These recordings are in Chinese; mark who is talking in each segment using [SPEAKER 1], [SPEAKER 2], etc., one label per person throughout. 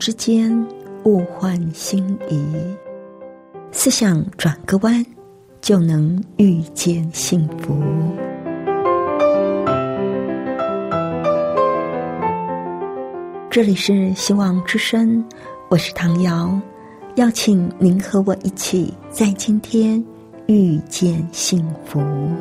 [SPEAKER 1] 之间物换星移，思想转个弯，就能遇见幸福。这里是希望之声，我是唐瑶，邀请您和我一起在今天遇见幸福。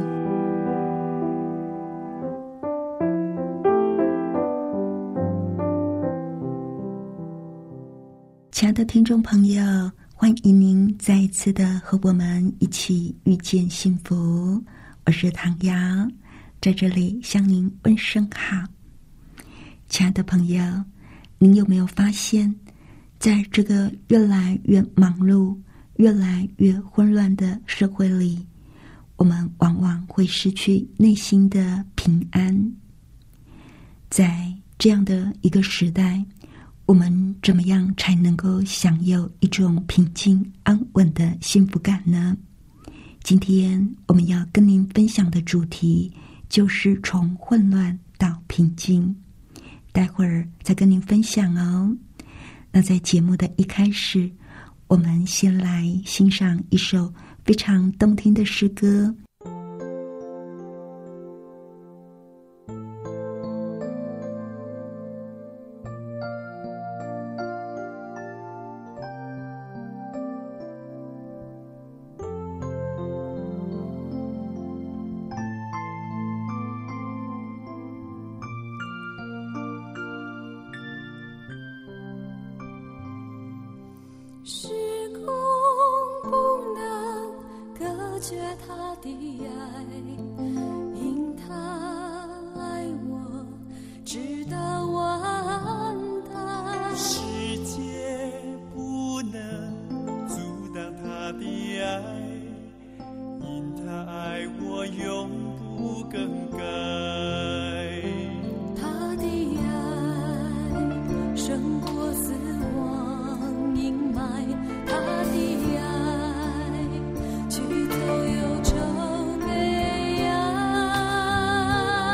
[SPEAKER 1] 亲爱的听众朋友，欢迎您再一次的和我们一起遇见幸福。我是唐瑶，在这里向您问声好。亲爱的朋友，您有没有发现，在这个越来越忙碌、越来越混乱的社会里，我们往往会失去内心的平安。在这样的一个时代，我们怎么样才能够享有一种平静安稳的幸福感呢？今天我们要跟您分享的主题就是从混乱到平静，待会儿再跟您分享哦。那在节目的一开始，我们先来欣赏一首非常动听的诗歌。
[SPEAKER 2] 时空不能隔绝他的爱，因他爱我，直到万代。
[SPEAKER 3] 世界不能阻挡他的爱，因他爱我永不更改。
[SPEAKER 2] 他的爱胜过死亡阴霾，他的爱去走忧愁悲哀。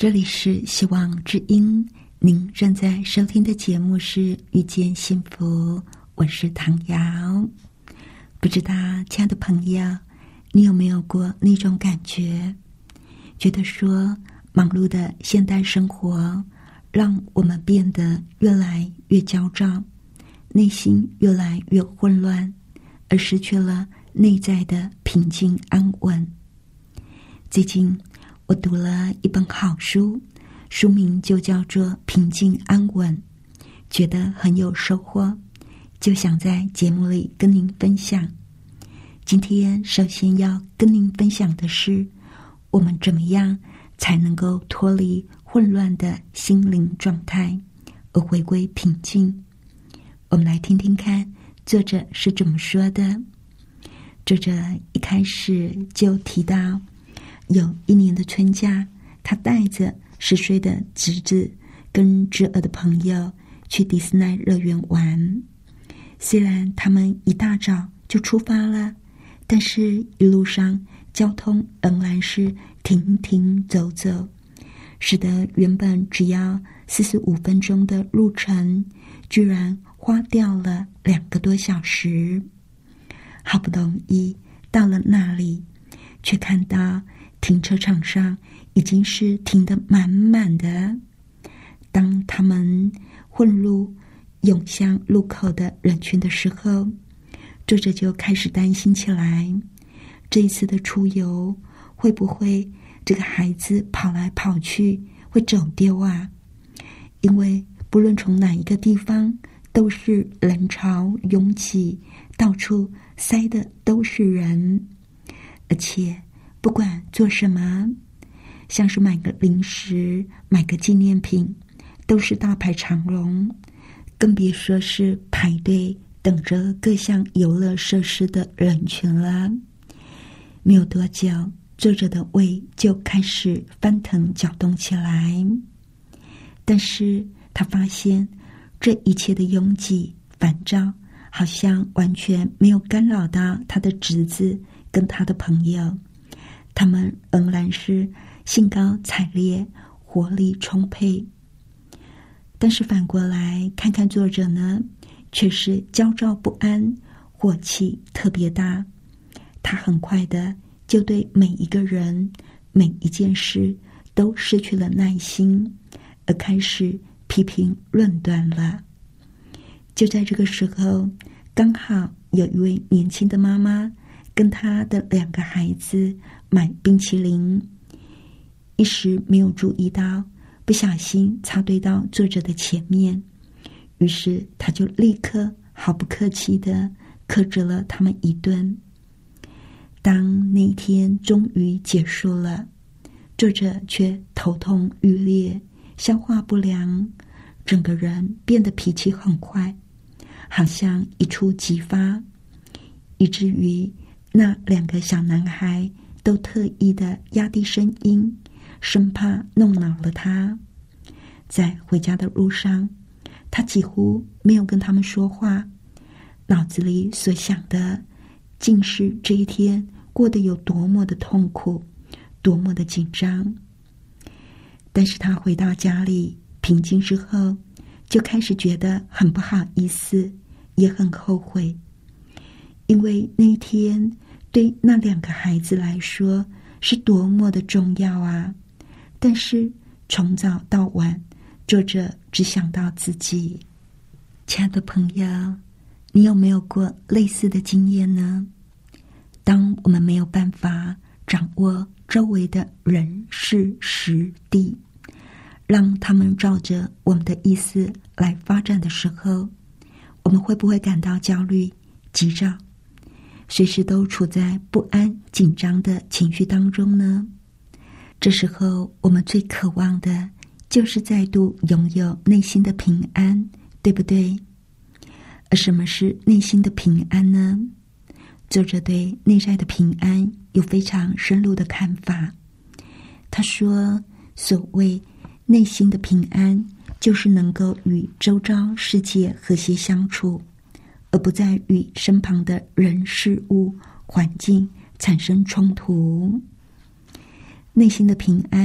[SPEAKER 1] 这里是希望之音，您正在收听的节目是遇见幸福，我是唐瑶。不知道亲爱的朋友，你有没有过那种感觉，觉得说忙碌的现代生活让我们变得越来越焦躁，内心越来越混乱，而失去了内在的平静安稳。最近我读了一本好书，书名就叫做《平静安稳》，觉得很有收获，就想在节目里跟您分享。今天首先要跟您分享的是，我们怎么样才能够脱离混乱的心灵状态，而回归平静。我们来听听看作者是怎么说的。作者一开始就提到，有一年的春假，他带着10岁的侄子跟侄儿的朋友去迪士尼乐园玩。虽然他们一大早就出发了，但是一路上交通仍然是停停走走，使得原本只要45分钟的路程，居然花掉了2个多小时。好不容易到了那里，却看到停车场上已经是停得满满的。当他们混入涌向路口的人群的时候，作者就开始担心起来，这一次的出游会不会这个孩子跑来跑去会走丢啊？因为不论从哪一个地方都是人潮拥挤，到处塞的都是人，而且不管做什么，像是买个零食、买个纪念品，都是大排长龙，更别说是排队等着各项游乐设施的人群了。没有多久，作者的胃就开始翻腾搅动起来，但是他发现这一切的拥挤烦躁好像完全没有干扰到他的侄子跟他的朋友，他们仍然是兴高采烈，活力充沛。但是反过来看看作者呢，却是焦躁不安，火气特别大。他很快的就对每一个人、每一件事都失去了耐心，而开始批评论断了。就在这个时候，刚好有一位年轻的妈妈跟她的2个孩子买冰淇淋，一时没有注意到，不小心插队到作者的前面，于是他就立刻毫不客气地苛责了他们一顿。当那一天终于结束了，作者却头痛欲裂，消化不良，整个人变得脾气很坏，好像一触即发，以至于那2个小男孩都特意的压低声音，生怕弄恼了他。在回家的路上，他几乎没有跟他们说话，脑子里所想的竟是这一天过得有多么的痛苦，多么的紧张。但是他回到家里平静之后，就开始觉得很不好意思，也很后悔，因为那一天对那2个孩子来说是多么的重要啊！但是从早到晚，作者只想到自己。亲爱的朋友，你有没有过类似的经验呢？当我们没有办法掌握周围的人事时地，让他们照着我们的意思来发展的时候，我们会不会感到焦虑、急躁，随时都处在不安、紧张的情绪当中呢？这时候我们最渴望的就是再度拥有内心的平安，对不对？而什么是内心的平安呢？作者对内在的平安有非常深入的看法。他说，所谓内心的平安，就是能够与周遭世界和谐相处，而不再与身旁的人事物环境产生冲突。内心的平安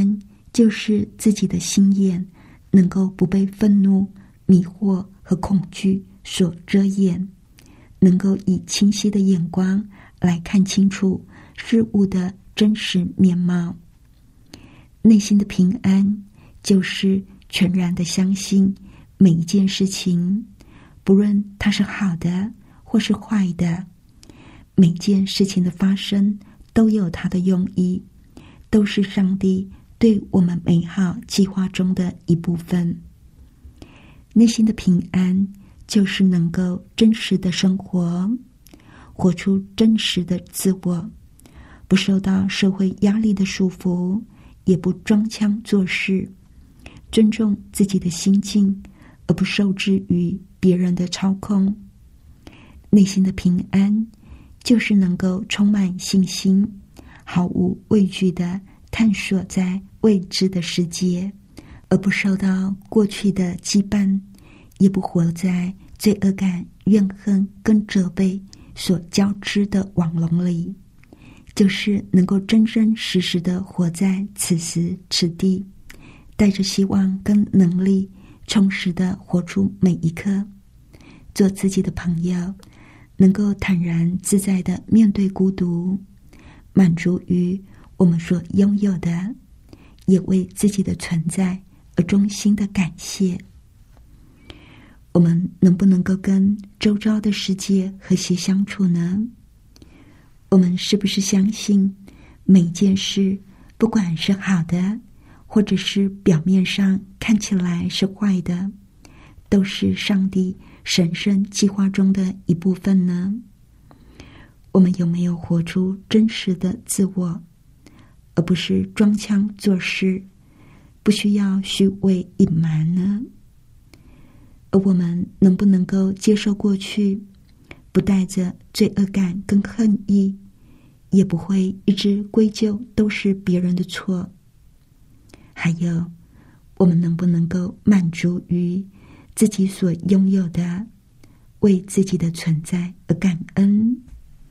[SPEAKER 1] 就是自己的心眼能够不被愤怒、迷惑和恐惧所遮掩，能够以清晰的眼光来看清楚事物的真实面貌。内心的平安就是全然的相信每一件事情，不论它是好的或是坏的，每件事情的发生都有它的用意，都是上帝对我们美好计划中的一部分。内心的平安就是能够真实的生活，活出真实的自我，不受到社会压力的束缚，也不装腔作势，尊重自己的心境，而不受制于别人的操控。内心的平安就是能够充满信心，毫无畏惧地探索在未知的世界，而不受到过去的羁绊，也不活在罪恶感、怨恨跟责备所交织的网笼里，就是能够真真实实地活在此时此地，带着希望跟能力，充实地活出每一刻，做自己的朋友，能够坦然自在地面对孤独，满足于我们所拥有的，也为自己的存在而衷心的感谢。我们能不能够跟周遭的世界和谐相处呢？我们是不是相信每一件事，不管是好的，或者是表面上看起来是坏的，都是上帝神圣计划中的一部分呢？我们有没有活出真实的自我，而不是装腔作势，不需要虚伪隐瞒呢？而我们能不能够接受过去，不带着罪恶感跟恨意，也不会一直归咎都是别人的错？还有，我们能不能够满足于自己所拥有的，为自己的存在而感恩？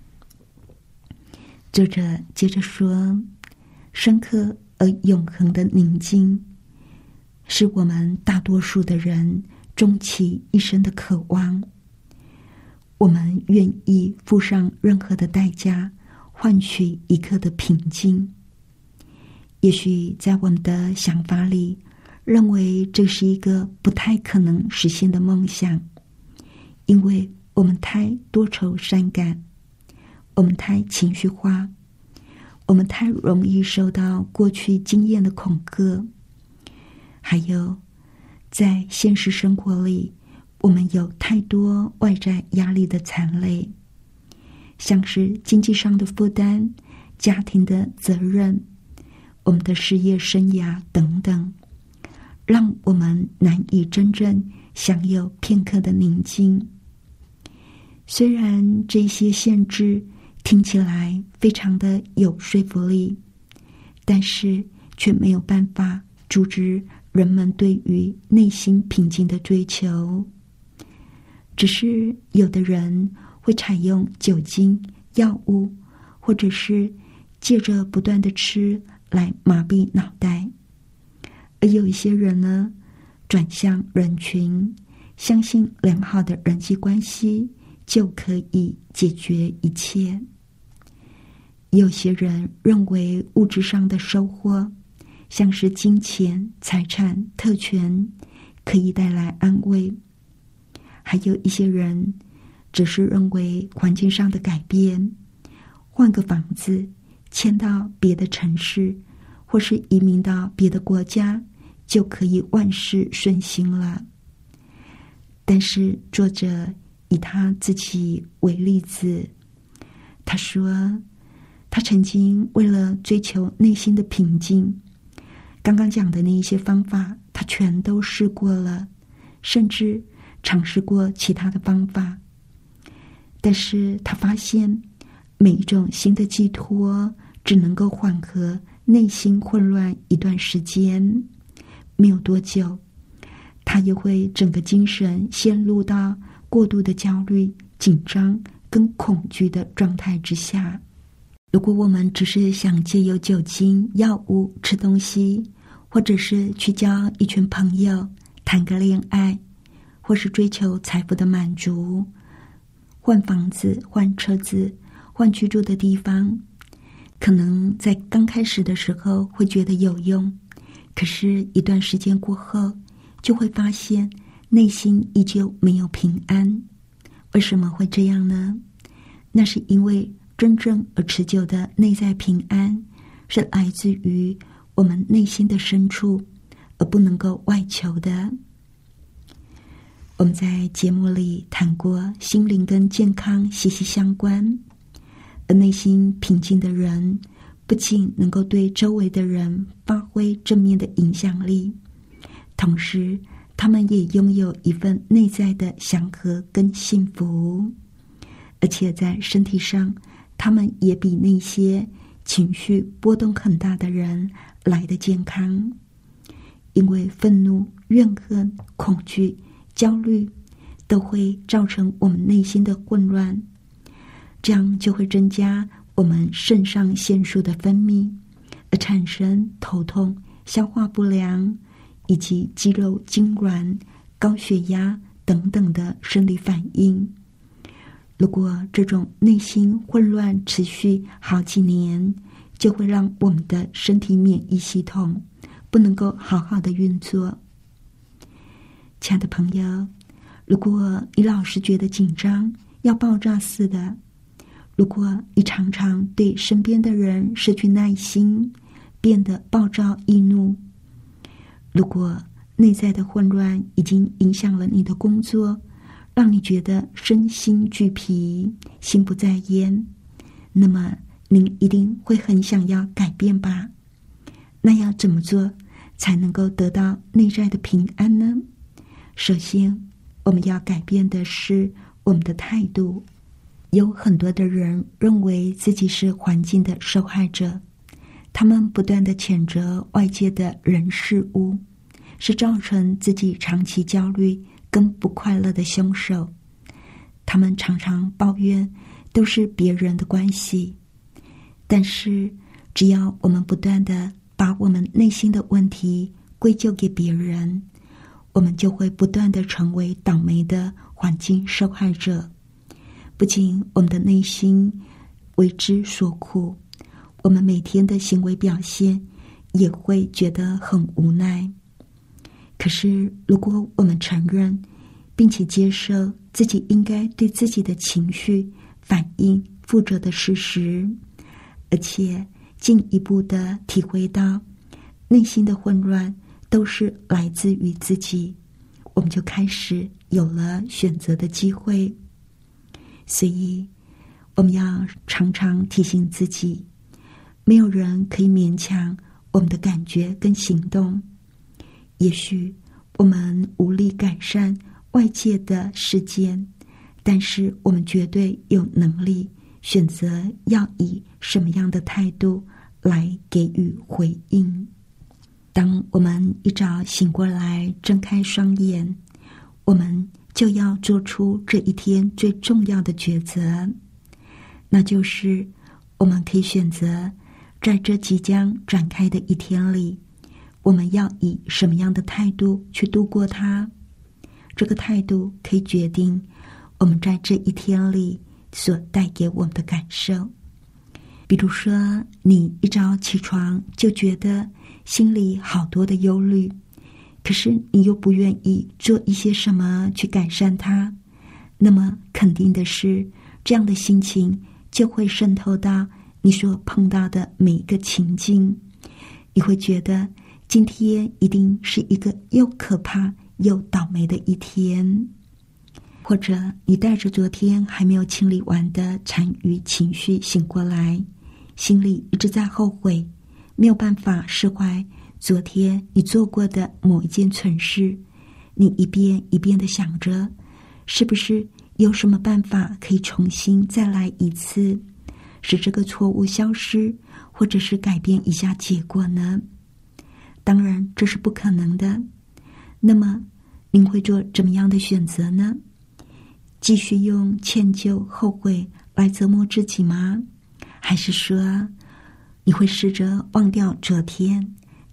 [SPEAKER 1] 作者接着说，深刻而永恒的宁静，是我们大多数的人终其一生的渴望。我们愿意付上任何的代价，换取一刻的平静。也许在我们的想法里，认为这是一个不太可能实现的梦想，因为我们太多愁善感，我们太情绪化，我们太容易受到过去经验的恐吓，还有在现实生活里，我们有太多外在压力的残累，像是经济上的负担、家庭的责任、我们的事业生涯等等，让我们难以真正享有片刻的宁静。虽然这些限制听起来非常的有说服力，但是却没有办法阻止人们对于内心平静的追求。只是有的人会采用酒精、药物，或者是借着不断的吃来麻痹脑袋，而有一些人呢，转向人群，相信良好的人际关系就可以解决一切。有些人认为物质上的收获，像是金钱、财产、特权，可以带来安慰。还有一些人只是认为环境上的改变，换个房子，迁到别的城市，或是移民到别的国家，就可以万事顺心了。但是作者以他自己为例子，他说他曾经为了追求内心的平静，刚刚讲的那一些方法他全都试过了，甚至尝试过其他的方法，但是他发现每一种新的寄托只能够缓和内心混乱一段时间，没有多久他又会整个精神陷入到过度的焦虑、紧张跟恐惧的状态之下。如果我们只是想借由酒精、药物、吃东西， 或者是去交一群朋友，谈个恋爱，或是追求财富的满足，换房子、换车子、换居住的地方，可能在刚开始的时候会觉得有用，可是一段时间过后，就会发现内心依旧没有平安。为什么会这样呢？那是因为真正而持久的内在平安，是来自于我们内心的深处，而不能够外求的。我们在节目里谈过，心灵跟健康息息相关，而内心平静的人，不仅能够对周围的人发挥正面的影响力，同时他们也拥有一份内在的祥和跟幸福，而且在身体上，他们也比那些情绪波动很大的人来得健康。因为愤怒、怨恨、恐惧、焦虑都会造成我们内心的混乱，这样就会增加我们肾上腺素的分泌，而产生头痛、消化不良以及肌肉痉挛、高血压等等的生理反应。如果这种内心混乱持续好几年，就会让我们的身体免疫系统不能够好好的运作。亲爱的朋友，如果你老是觉得紧张，要爆炸似的，如果你常常对身边的人失去耐心，变得暴躁易怒，如果内在的混乱已经影响了你的工作，让你觉得身心俱疲，心不在焉，那么您一定会很想要改变吧？那要怎么做才能够得到内在的平安呢？首先，我们要改变的是我们的态度。有很多的人认为自己是环境的受害者，他们不断地谴责外界的人事物，是造成自己长期焦虑跟不快乐的凶手。他们常常抱怨都是别人的关系，但是只要我们不断地把我们内心的问题归咎给别人，我们就会不断地成为倒霉的环境受害者。不仅我们的内心为之所苦，我们每天的行为表现也会觉得很无奈。可是如果我们承认并且接受自己应该对自己的情绪反应负责的事实，而且进一步的体会到内心的混乱都是来自于自己，我们就开始有了选择的机会。所以我们要常常提醒自己，没有人可以勉强我们的感觉跟行动。也许我们无力改善外界的事件，但是我们绝对有能力选择要以什么样的态度来给予回应。当我们一早醒过来，睁开双眼，我们就要做出这一天最重要的抉择，那就是我们可以选择在这即将展开的一天里，我们要以什么样的态度去度过它。这个态度可以决定我们在这一天里所带给我们的感受。比如说，你一早起床就觉得心里好多的忧虑，可是你又不愿意做一些什么去改善它，那么肯定的是，这样的心情就会渗透到你所碰到的每一个情境。你会觉得今天一定是一个又可怕又倒霉的一天，或者你带着昨天还没有清理完的残余情绪醒过来，心里一直在后悔，没有办法释怀昨天你做过的某一件蠢事，你一遍一遍地想着，是不是有什么办法可以重新再来一次，使这个错误消失，或者是改变一下结果呢？当然这是不可能的。那么您会做怎么样的选择呢？继续用歉疚、后悔来折磨自己吗？还是说你会试着忘掉昨天，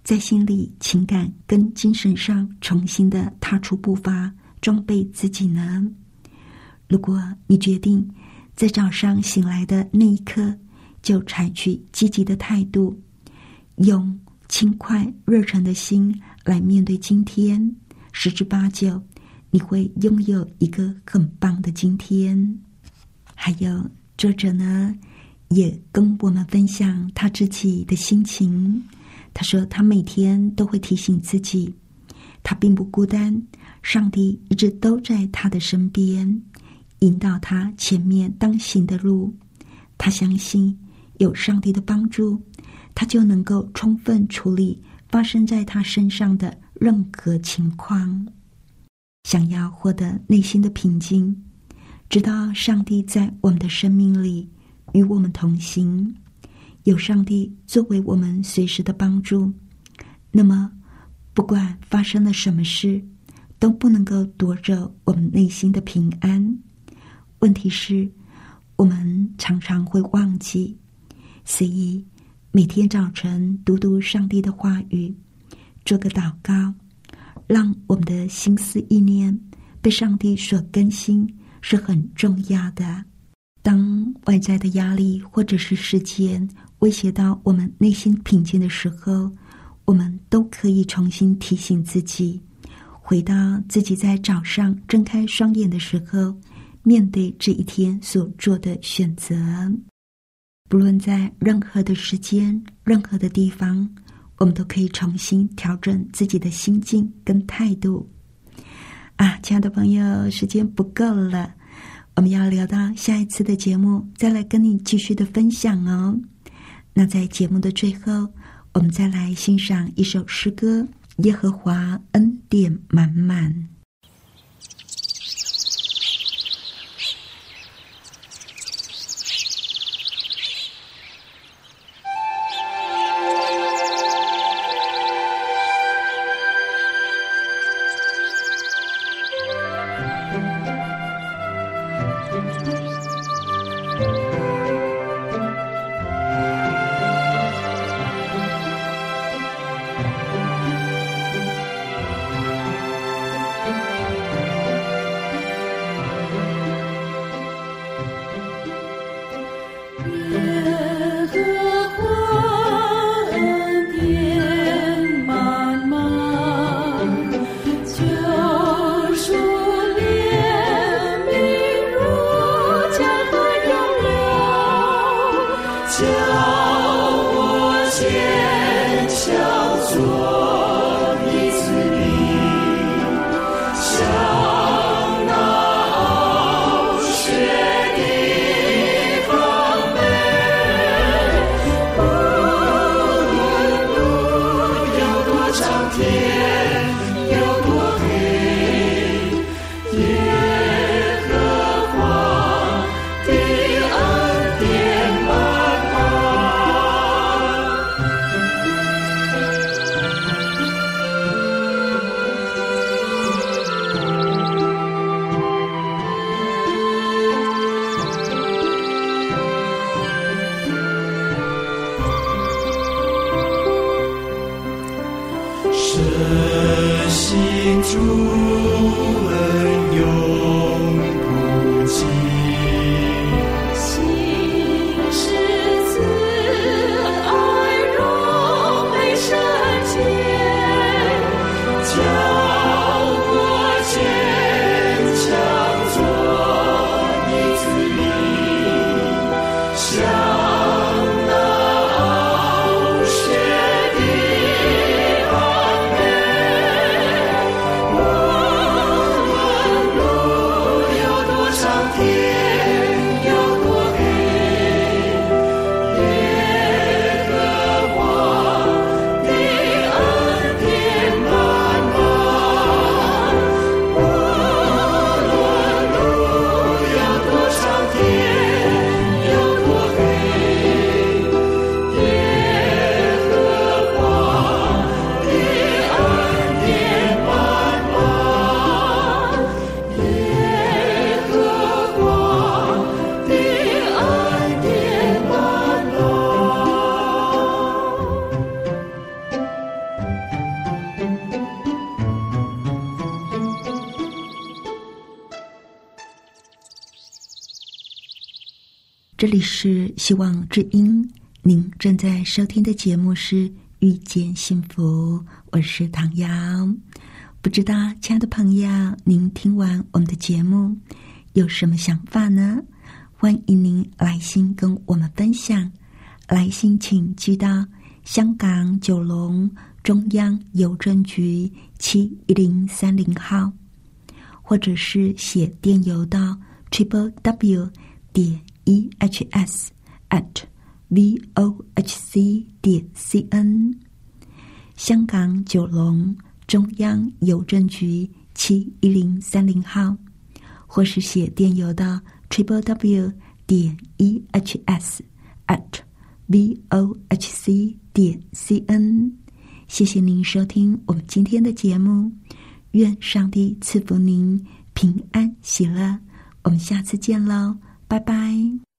[SPEAKER 1] 在心理、情感跟精神上重新的踏出步伐，装备自己呢？如果你决定在早上醒来的那一刻就采取积极的态度，用轻快热忱的心来面对今天，十之八九你会拥有一个很棒的今天。还有作者呢也跟我们分享他自己的心情，他说他每天都会提醒自己，他并不孤单，上帝一直都在他的身边，引导他前面当行的路。他相信有上帝的帮助，他就能够充分处理发生在他身上的任何情况。想要获得内心的平静，知道上帝在我们的生命里与我们同行，有上帝作为我们随时的帮助，那么不管发生了什么事，都不能够夺走我们内心的平安。问题是我们常常会忘记，所以每天早晨读读上帝的话语，做个祷告，让我们的心思意念被上帝所更新，是很重要的。当外在的压力或者是事件威胁到我们内心平静的时候，我们都可以重新提醒自己，回到自己在早上睁开双眼的时候，面对这一天所做的选择。不论在任何的时间、任何的地方，我们都可以重新调整自己的心境跟态度。亲爱的朋友，时间不够了，我们要留到下一次的节目再来跟你继续的分享哦。那在节目的最后，我们再来欣赏一首诗歌《耶和华恩典满满》。
[SPEAKER 3] 主恩永不尽，
[SPEAKER 2] 心是慈爱荣美圣洁，
[SPEAKER 3] 叫我坚强做你子民，像那傲雪的安慰。无论路有
[SPEAKER 1] 这里是希望之音，您正在收听的节目是遇见幸福，我是唐瑶。不知道亲爱的朋友，您听完我们的节目有什么想法呢？欢迎您来信跟我们分享，来信请寄到香港九龙中央邮政局71030号，或者是写电邮到 www.ehs@vohc.cn， 香港九龍中央郵政局71030號，或是寫電郵到 www.ehs@vohc.cn。 謝謝您收聽我們今天的節目，願上帝賜福您平安喜樂，我們下次見嘍，拜拜。